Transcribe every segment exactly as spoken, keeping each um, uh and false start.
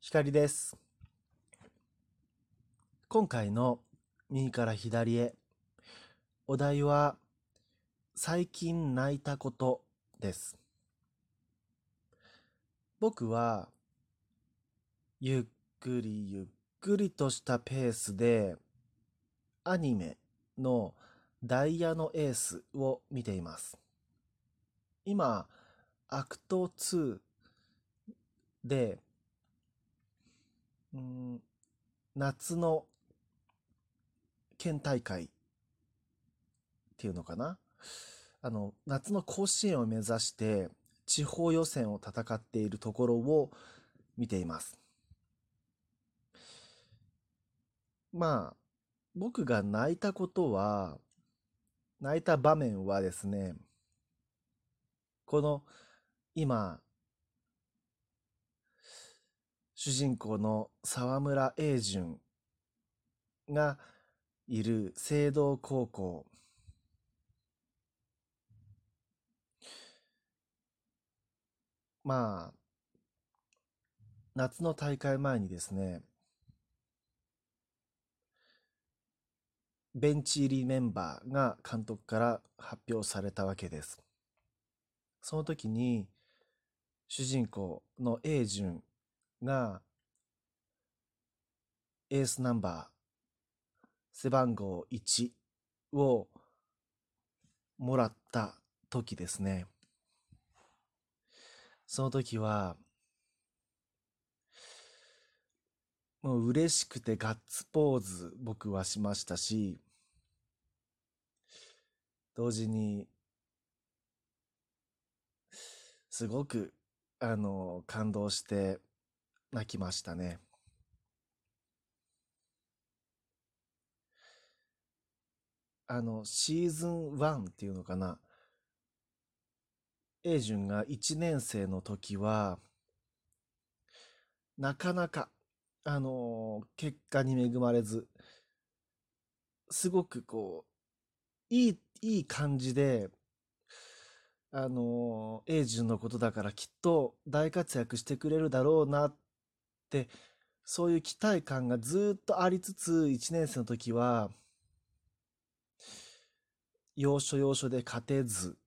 光です。今回の右から左へ、お題は最近泣いたことです。僕はゆっくりゆっくりとしたペースでアニメのダイヤのエースを見ています。今、アクトツーで、うん、夏の県大会っていうのかな、あの、夏の甲子園を目指して地方予選を戦っているところを見ています。まあ、僕が泣いたことは、泣いた場面はですね、この今、主人公の沢村栄順がいる聖堂高校。まあ、夏の大会前にですね、ベンチ入りメンバーが監督から発表されたわけです。その時に、主人公の栄順がエースナンバー背番号いちをもらった時ですね。その時はもう嬉しくてガッツポーズ僕はしましたし、同時にすごくあの感動して泣きましたね。あのシーズンワンっていうのかな、エイジュンがいちねん生の時はなかなかあの結果に恵まれず、すごくこういいいい感じで、あのエイジュンのことだからきっと大活躍してくれるだろうなって、そういう期待感がずっとありつつ、いちねん生の時は要所要所で勝てず、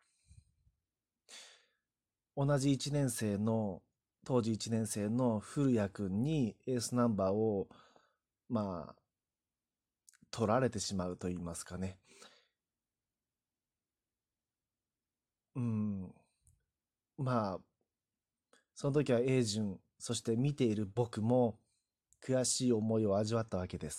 同じいちねん生の当時いちねん生の古谷君にエースナンバーをまあ取られてしまうと言いますかね。うん、まあその時はエイジュン、そして見ている僕も悔しい思いを味わったわけです。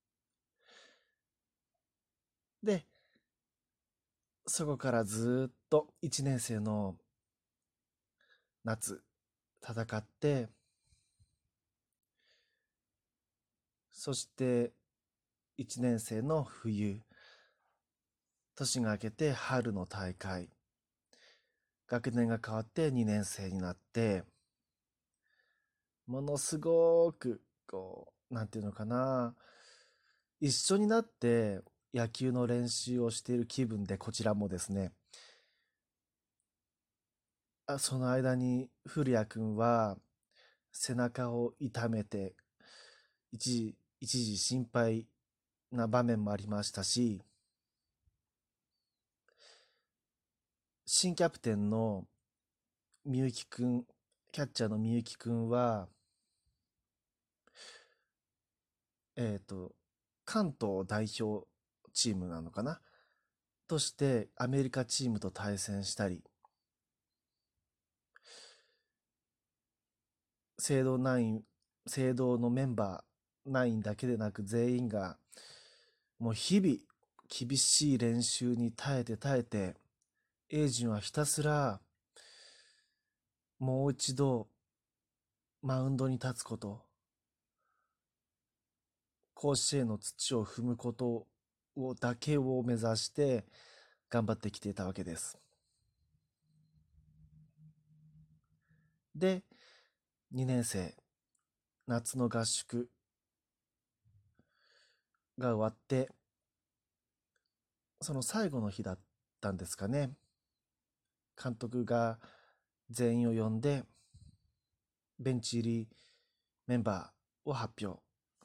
で、そこからずっといちねん生の夏戦って、そしていちねん生の冬、年が明けて春の大会、学年が変わってにねん生になって、ものすごくこうなんていうのかな、一緒になって野球の練習をしている気分で、こちらもですね。あその間に古谷君は背中を痛めて、一時一時心配な場面もありましたし、新キャプテンのみゆきくん、キャッチャーのみゆきくんは、えっと、関東代表チームなのかなとしてアメリカチームと対戦したり、聖堂ナイン、聖堂のメンバーナインだけでなく全員がもう日々厳しい練習に耐えて耐えて、エイジンはひたすらもう一度マウンドに立つこと、甲子園の土を踏むことをだけを目指して頑張ってきていたわけです。で、にねん生、夏の合宿が終わって、その最後の日だったんですかね。監督が全員を呼んで、ベンチ入りメンバーを発表。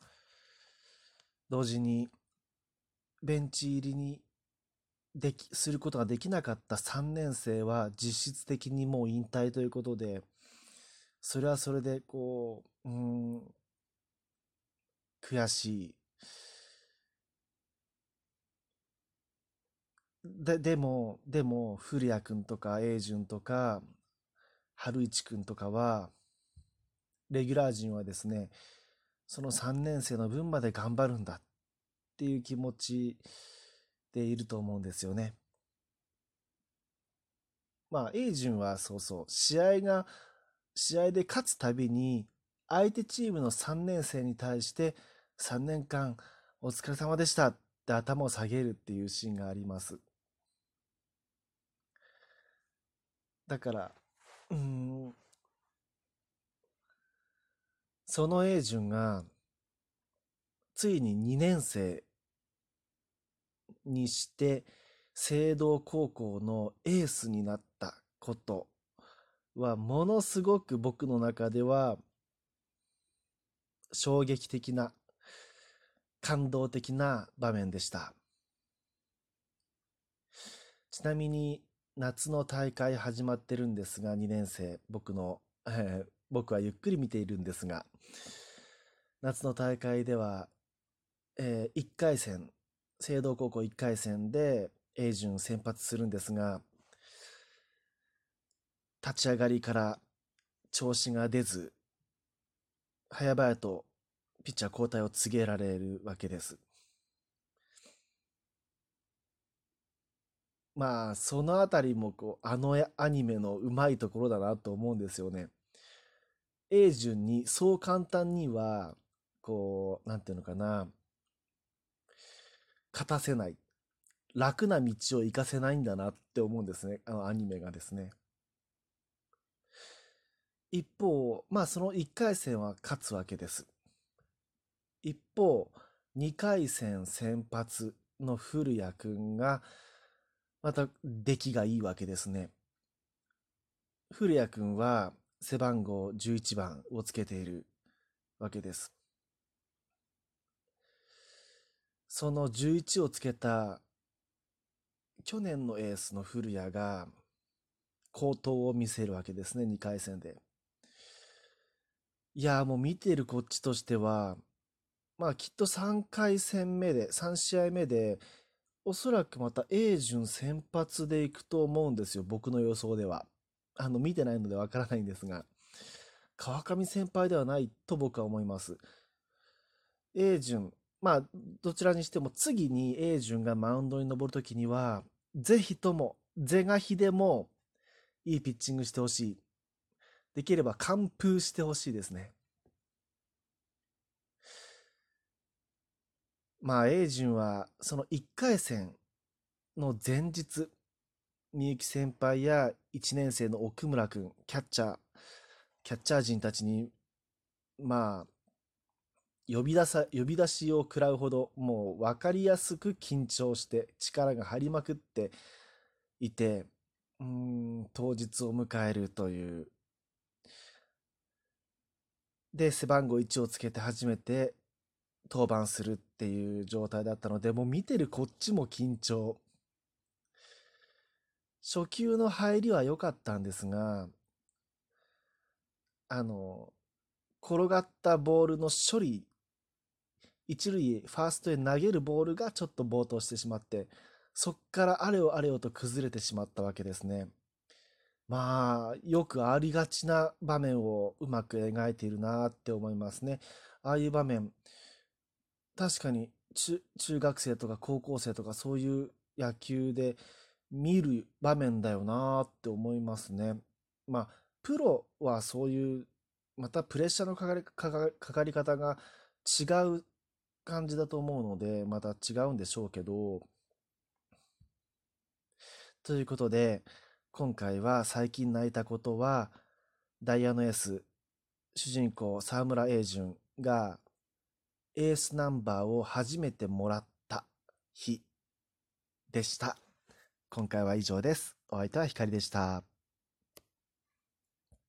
同時にベンチ入りにできすることができなかったさんねん生は実質的にもう引退ということで、それはそれでこう、うーん、悔しい。で、でも、でも、古谷くんとか、英順とか、春一くんとかは、レギュラー陣はですね、そのさんねん生の分まで頑張るんだっていう気持ちでいると思うんですよね。まあ、英順はそうそう、試合が、試合で勝つたびに、相手チームのさんねん生に対して、さんねんかんお疲れ様でしたって頭を下げるっていうシーンがあります。だから、うーん、その英順が、ついににねん生にして、聖堂高校のエースになったことは、ものすごく僕の中では衝撃的な、感動的な場面でした。ちなみに、夏の大会始まってるんですが、にねん生、僕の、えー僕はゆっくり見ているんですが、夏の大会では、えー、いっかい戦、聖堂高校いっかい戦で、英順先発するんですが、立ち上がりから調子が出ず、早々とピッチャー交代を告げられるわけです。まあ、そのあたりもこう、あのアニメのうまいところだなと思うんですよね。英順にそう簡単には、こう、なんていうのかな、勝たせない。楽な道を行かせないんだなって思うんですね。あのアニメがですね。一方、まあそのいっかい戦は勝つわけです。一方、にかい戦先発の古谷くんが、また出来がいいわけですね。古谷くんは背番号じゅういちばんをつけているわけです。そのじゅういちをつけた去年のエースの古谷が好投を見せるわけですね、にかい戦で。いやーもう見てるこっちとしては、まあきっとさんかい戦目で、さん試合目で、おそらくまた A 順先発でいくと思うんですよ、僕の予想では。あの、見てないのでわからないんですが、川上先輩ではないと僕は思います。A 順、まあ、どちらにしても次に A 順がマウンドに登るときには、ぜひとも、是が非でもいいピッチングしてほしい。できれば完封してほしいですね。まあ、A 順は、そのいっかい戦の前日、みゆき先輩やいちねん生の奥村くん、キャッチャー、キャッチャー陣たちに、まあ、呼び出さ、呼び出しを食らうほど、もう分かりやすく緊張して力が入りまくっていて、うーん、当日を迎えるという。で、背番号いちをつけて初めて登板するっていう状態だったので、もう見てるこっちも緊張。初球の入りは良かったんですが、あの、転がったボールの処理、一塁、ファーストへ投げるボールがちょっと暴投してしまって、そっからあれよあれよと崩れてしまったわけですね。まあ、よくありがちな場面をうまく描いているなって思いますね。ああいう場面、確かに中、中学生とか高校生とかそういう野球で見る場面だよなって思いますね。まあ、プロはそういう、またプレッシャーのかかり、かかかかり方が違う感じだと思うので、また違うんでしょうけど、ということで、今回は最近泣いたことは、ダイヤのエース、主人公沢村栄順がエースナンバーを初めてもらった日でした。今回は以上です。お相手は光でした。